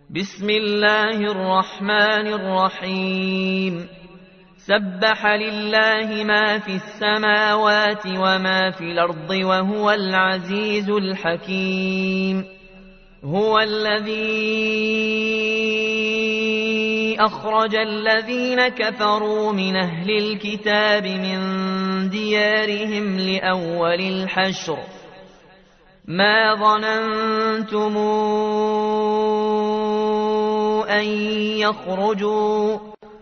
بسم الله الرحمن الرحيم. سبح لله ما في السماوات وما في الأرض وهو العزيز الحكيم. هو الذي أخرج الذين كفروا من أهل الكتاب من ديارهم لأول الحشر ما ظننتم أن يخرجوا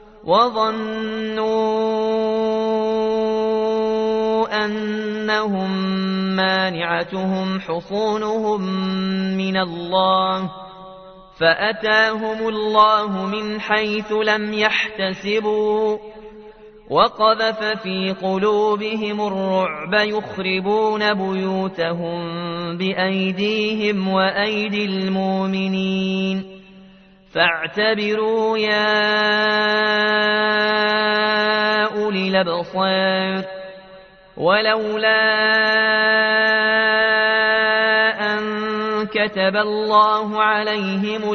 وظنوا أنهم مانعتهم حصونهم من الله فأتاهم الله من حيث لم يحتسبوا وقذف في قلوبهم الرعب يخربون بيوتهم بأيديهم وأيدي المؤمنين فاعتبروا يا أولي الأبصار. ولولا أن كتب الله عليهم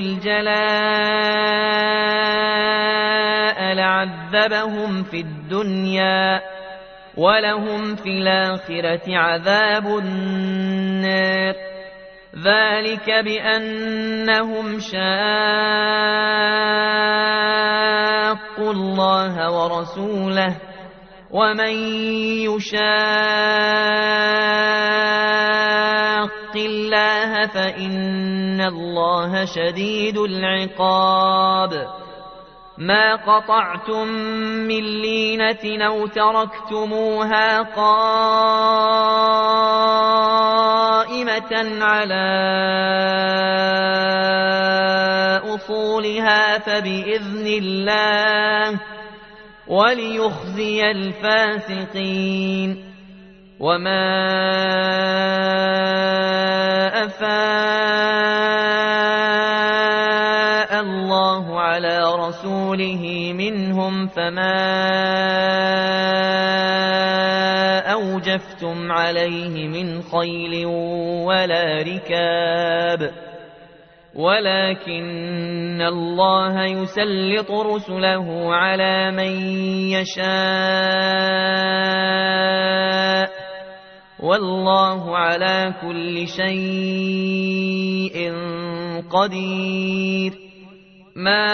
الجلاء لعذبهم في الدنيا ولهم في الآخرة عذاب النار. ذلك بأنهم شاقوا الله ورسوله ومن يشاق الله فإن الله شديد العقاب. ما قطعتم من لينة أو تركتموها قائمة على أصولها فبإذن الله وليخزي الفاسقين. وما أفاء الله على رسوله منهم فما أوجفتم عليه من خيل ولا ركاب ولكن الله يسلط رسله على من يشاء والله على كل شيء قدير. ما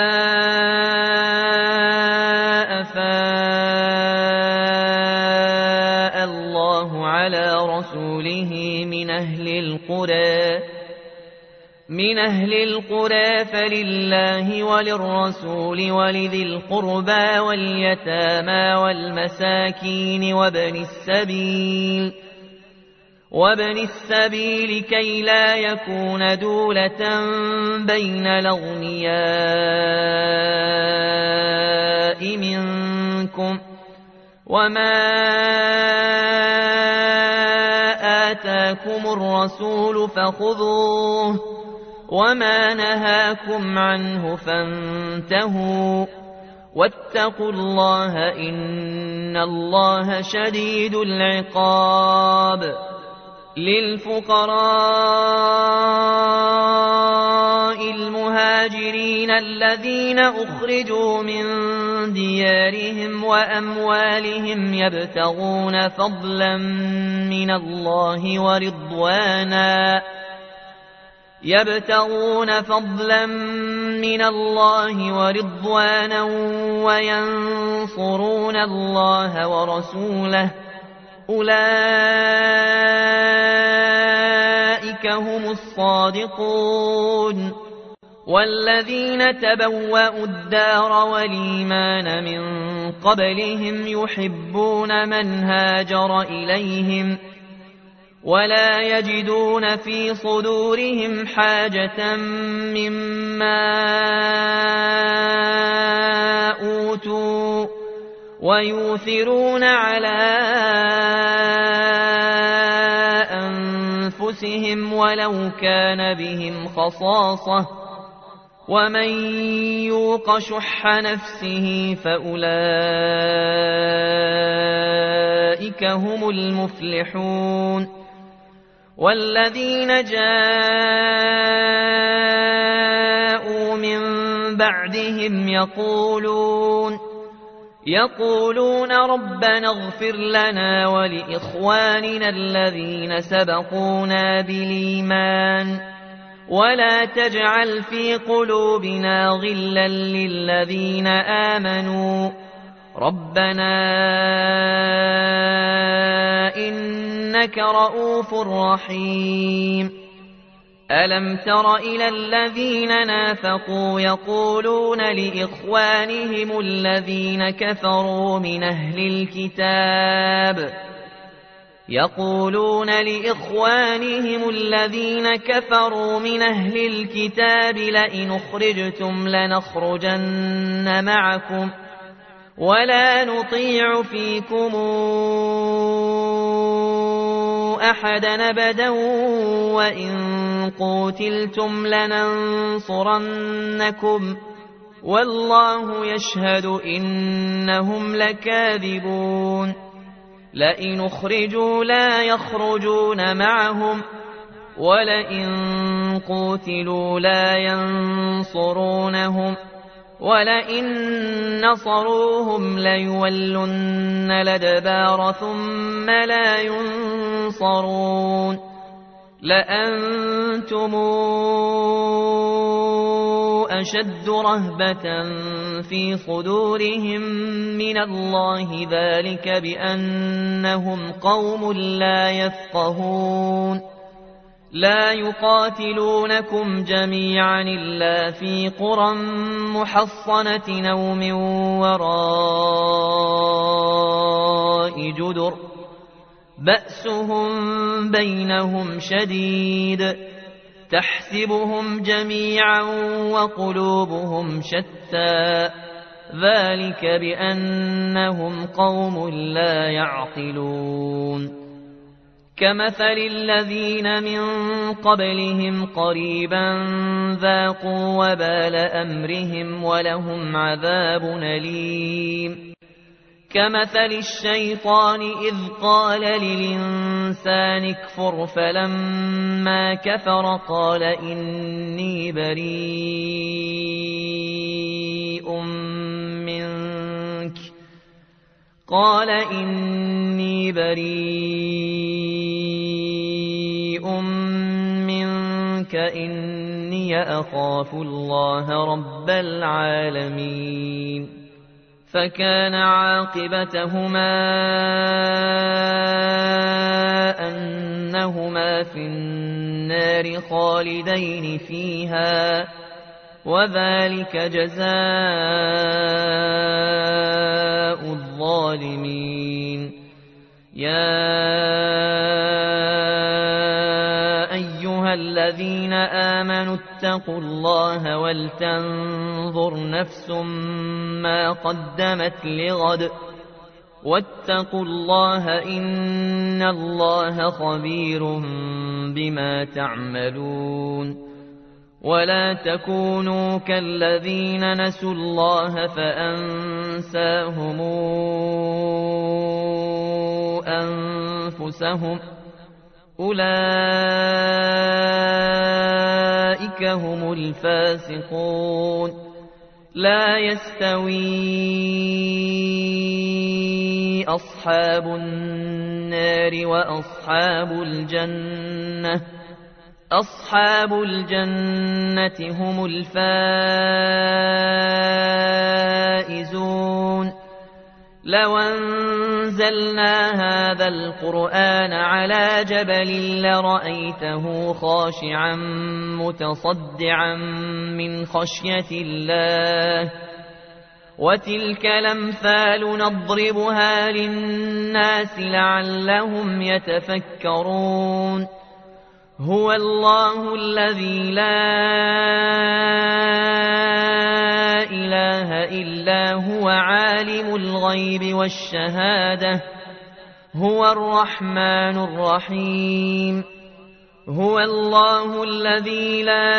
أفاء الله على رسوله من أهل القرى فلله وللرسول ولذي القربى واليتامى والمساكين وابن السبيل كي لا يكون دولة بين الأغنياء منكم. وما آتاكم الرسول فخذوه وما نهاكم عنه فانتهوا واتقوا الله إن الله شديد العقاب. للفقراء المهاجرين الذين أخرجوا من ديارهم وأموالهم يبتغون فضلا من الله ورضوانا وينصرون الله ورسوله أولئك هم الصادقون. والذين تبوأوا الدار والإيمان من قبلهم يحبون من هاجر إليهم ولا يجدون في صدورهم حاجة مما أوتوا ويؤثرون على أنفسهم ولو كان بهم خصاصة ومن يوق شح نفسه فأولئك هم المفلحون. والذين جاءوا بعدهم يقولون ربنا اغفر لنا ولإخواننا الذين سبقونا بالإيمان ولا تجعل في قلوبنا غلا للذين آمنوا ربنا إنك رؤوف رحيم. ألم تر إلى الذين نافقوا يقولون لإخوانهم الذين كفروا من أهل الكتاب لئن أخرجتم لنخرجن معكم ولا نطيع فيكم أحدا أبدا وإن قوتلتم لننصرنكم والله يشهد إنهم لكاذبون. لئن أخرجوا لا يخرجون معهم ولئن قوتلوا لا ينصرونهم ولئن نصروهم ليولن الأدبار ثم لا ينصرون. لأنتم أشد رهبة في صدورهم من الله ذلك بأنهم قوم لا يفقهون. لا يقاتلونكم جميعا إلا في قرى محصنة أو من وراء جدر بأسهم بينهم شديد تحسبهم جميعا وقلوبهم شتى ذلك بأنهم قوم لا يعقلون. كمثل الذين من قبلهم قريبا ذاقوا وبال أمرهم ولهم عذاب أليم. كمثل الشيطان إذ قال للإنسان اكفر فلما كفر قال إني بريء منك إني أخاف الله رب العالمين. فكان عاقبتهما أنهما في النار خالدين فيها وذلك جزاء الظالمين. يا أيها الذين آمنوا اتقوا الله ولتنظر نفس ما قدمت لغد واتقوا الله إن الله خبير بما تعملون. ولا تكونوا كالذين نسوا الله فأنساهم أنفسهم أولئك هم الفاسقون. لا يستوي أصحاب النار وأصحاب الجنة أصحاب الجنة هم الفائزون. لو أنزلنا هذا القرآن على جبل لرأيته خاشعا متصدعا من خشية الله. وتلك الأمثال نضربها للناس لعلهم يتفكرون. هو الله الذي لا إله إلا هو عالم الغيب والشهادة هو الرحمن الرحيم. هو الله الذي لا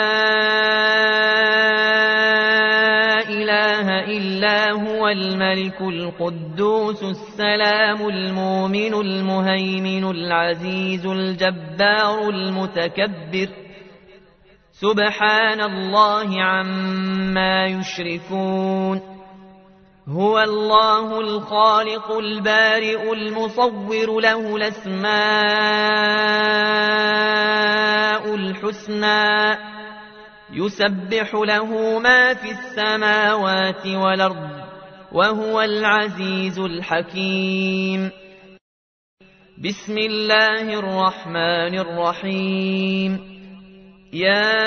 إله إلا هو الملك القدوس السلام المؤمن المهيمن العزيز الجبار المتكبر سبحان الله عما يشركون هو الله الخالق البارئ المصور له الأسماء الحسنى يسبح له ما في السماوات والأرض وهو العزيز الحكيم بسم الله الرحمن الرحيم يا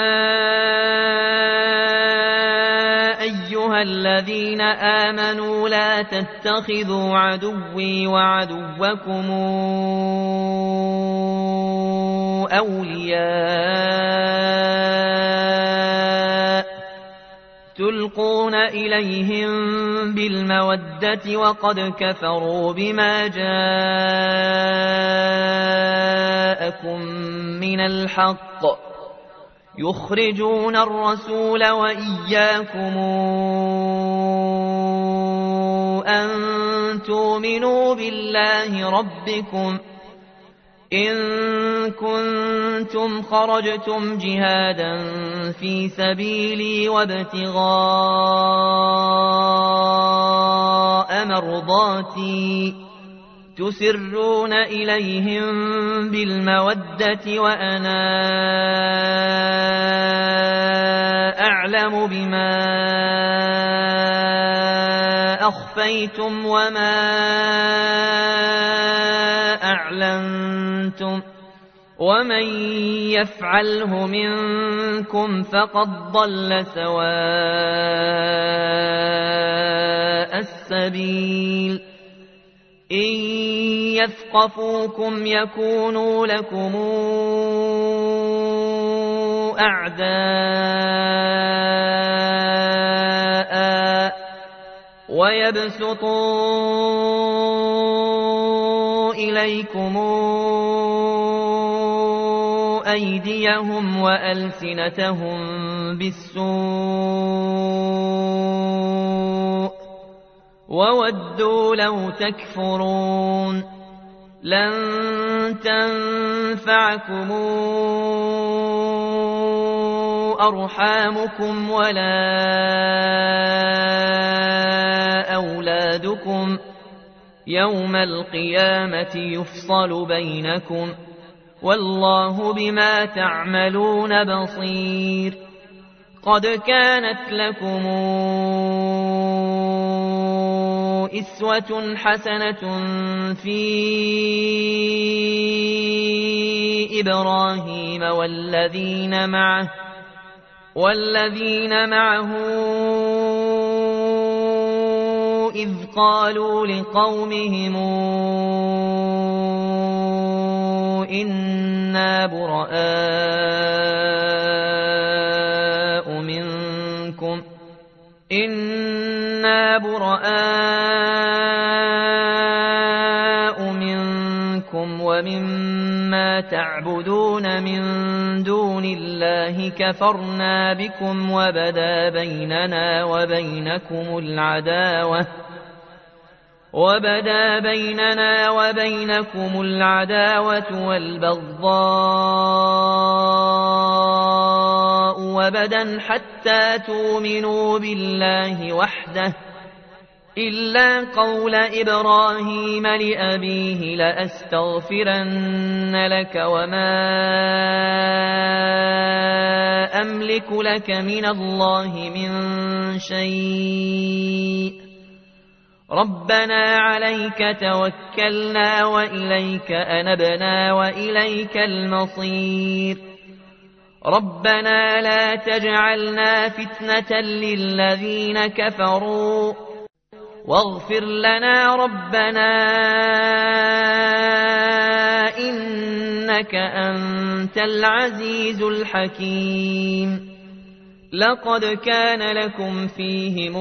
أيها الذين آمنوا لا تتخذوا عدوي وعدوكم أولياء تلقون إليهم بالمودة وقد كفروا بما جاءكم من الحق يخرجون الرسول وإياكم أن تؤمنوا بالله ربكم إن كنتم خرجتم جهادا في سبيلي وابتغاء مرضاتي تسرون إليهم بالمودة وأنا أعلم بما أخفيتم وما أعلنتم ومن يفعله منكم فقد ضل سواء السبيل إن يثقفوكم يكونوا لكم أعداء ويبسطوا إليكم أيديهم وألسنتهم بالسوء وودوا لو تكفرون لن تنفعكم أرحامكم ولا أولادكم يوم القيامة يفصل بينكم والله بما تعملون بصير قد كانت لكم أسوة حسنة في إبراهيم والذين معه إذ قالوا لقومهم إنا براء منكم ومما تعبدون من دون الله كفرنا بكم وبدا بيننا وبينكم العداوة والبغضاء وبدا حتى تؤمنوا بالله وحده إلا قول إبراهيم لأبيه لأستغفرن لك وما أملك لك من الله من شيء ربنا عليك توكلنا وإليك أنبنا وإليك المصير ربنا لا تجعلنا فتنة للذين كفروا واغفر لنا ربنا إنك أنت العزيز الحكيم لقد كان لكم فيهم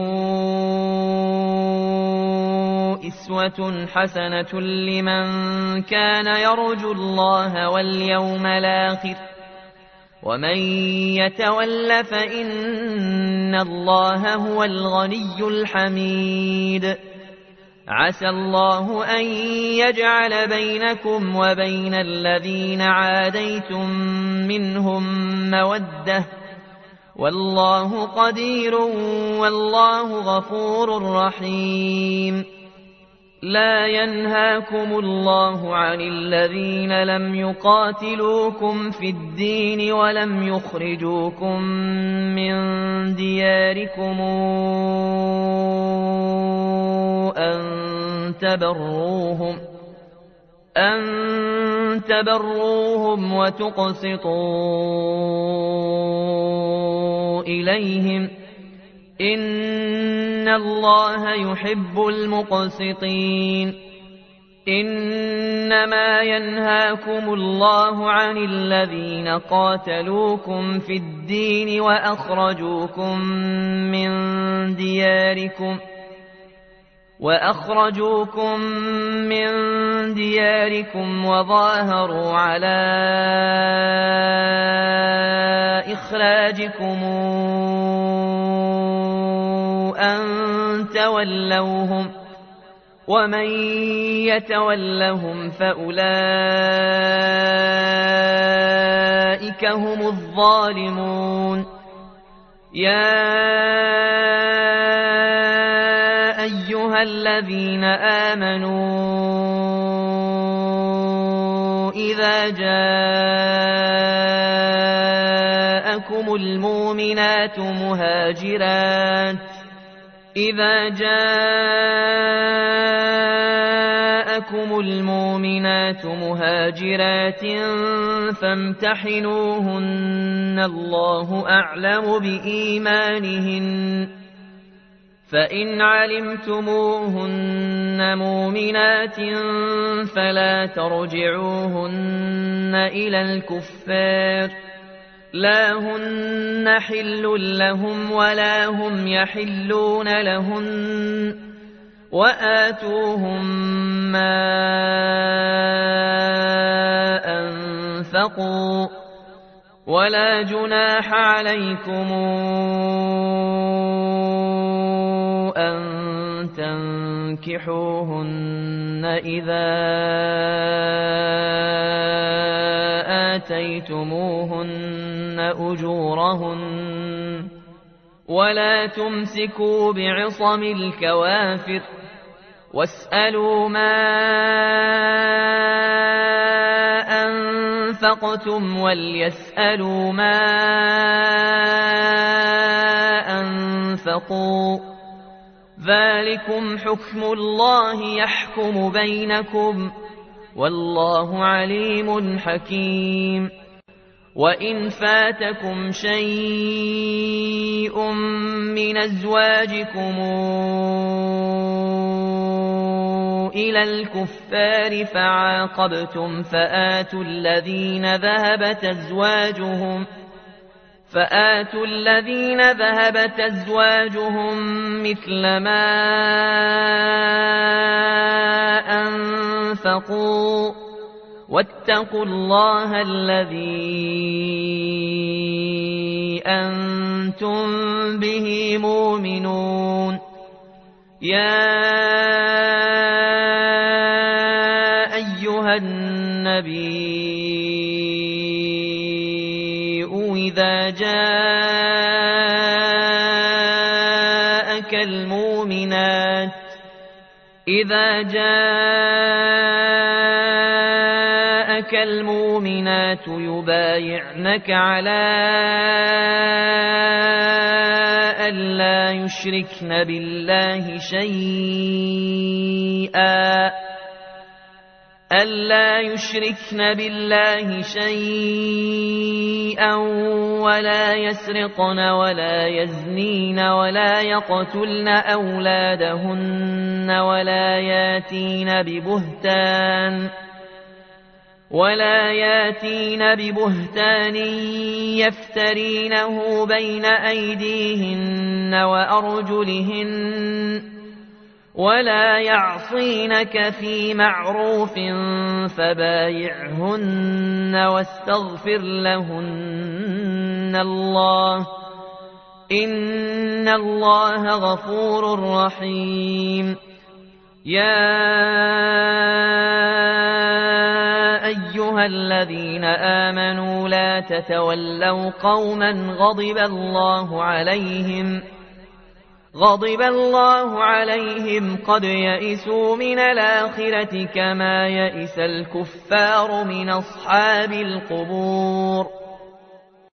أسوة حسنة لمن كان يرجو الله واليوم الآخر ومن يتول فإن الله هو الغني الحميد عسى الله أن يجعل بينكم وبين الذين عاديتم منهم مودة والله قدير والله غفور رحيم لا ينهاكم الله عن الذين لم يقاتلوكم في الدين ولم يخرجوكم من دياركم أن تبروهم وتقسطوا إليهم إن الله يحب المقسطين إنما ينهاكم الله عن الذين قاتلوكم في الدين وأخرجوكم من دياركم وظاهروا على إخراجكم أن تولوهم ومن يتولهم فأولئك هم الظالمون يا أيها الذين آمنوا إذا جاءكم المؤمنات مهاجرات فامتحنوهن الله أعلم بإيمانهن فإن علمتموهن مؤمنات فلا ترجعوهن إلى الكفار لا هن حل لهم ولا هم يحلون لهن وآتوهم ما أنفقوا ولا جناح عليكم أن تنكحوهن إذا آتيتموهن أجورهن ولا تمسكوا بعصم الكوافر واسألوا ما أنفقتم وليسألوا ما أنفقوا ذلكم حكم الله يحكم بينكم والله عليم حكيم وإن فاتكم شيء من أزواجكم إلى الكفار فعاقبتم فآتوا الذين ذهبت أزواجهم مثل ما أنفقوا واتقوا الله الذي أنتم به مؤمنون يا أيها النبي إذا جاءك المؤمنات يبايعنك على ألا يشركن بالله شيئا ولا يسرقن ولا يزنين ولا يقتلن أولادهن ولا ياتين ببهتان يفترينه بين أيديهن وأرجلهن ولا يعصينك في معروف فبايعهن واستغفر لهن الله إن الله غفور رحيم يا أيها الذين آمنوا لا تتولوا قوما غضب الله عليهم قد يئسوا من الآخرة كما يئس الكفار من أصحاب القبور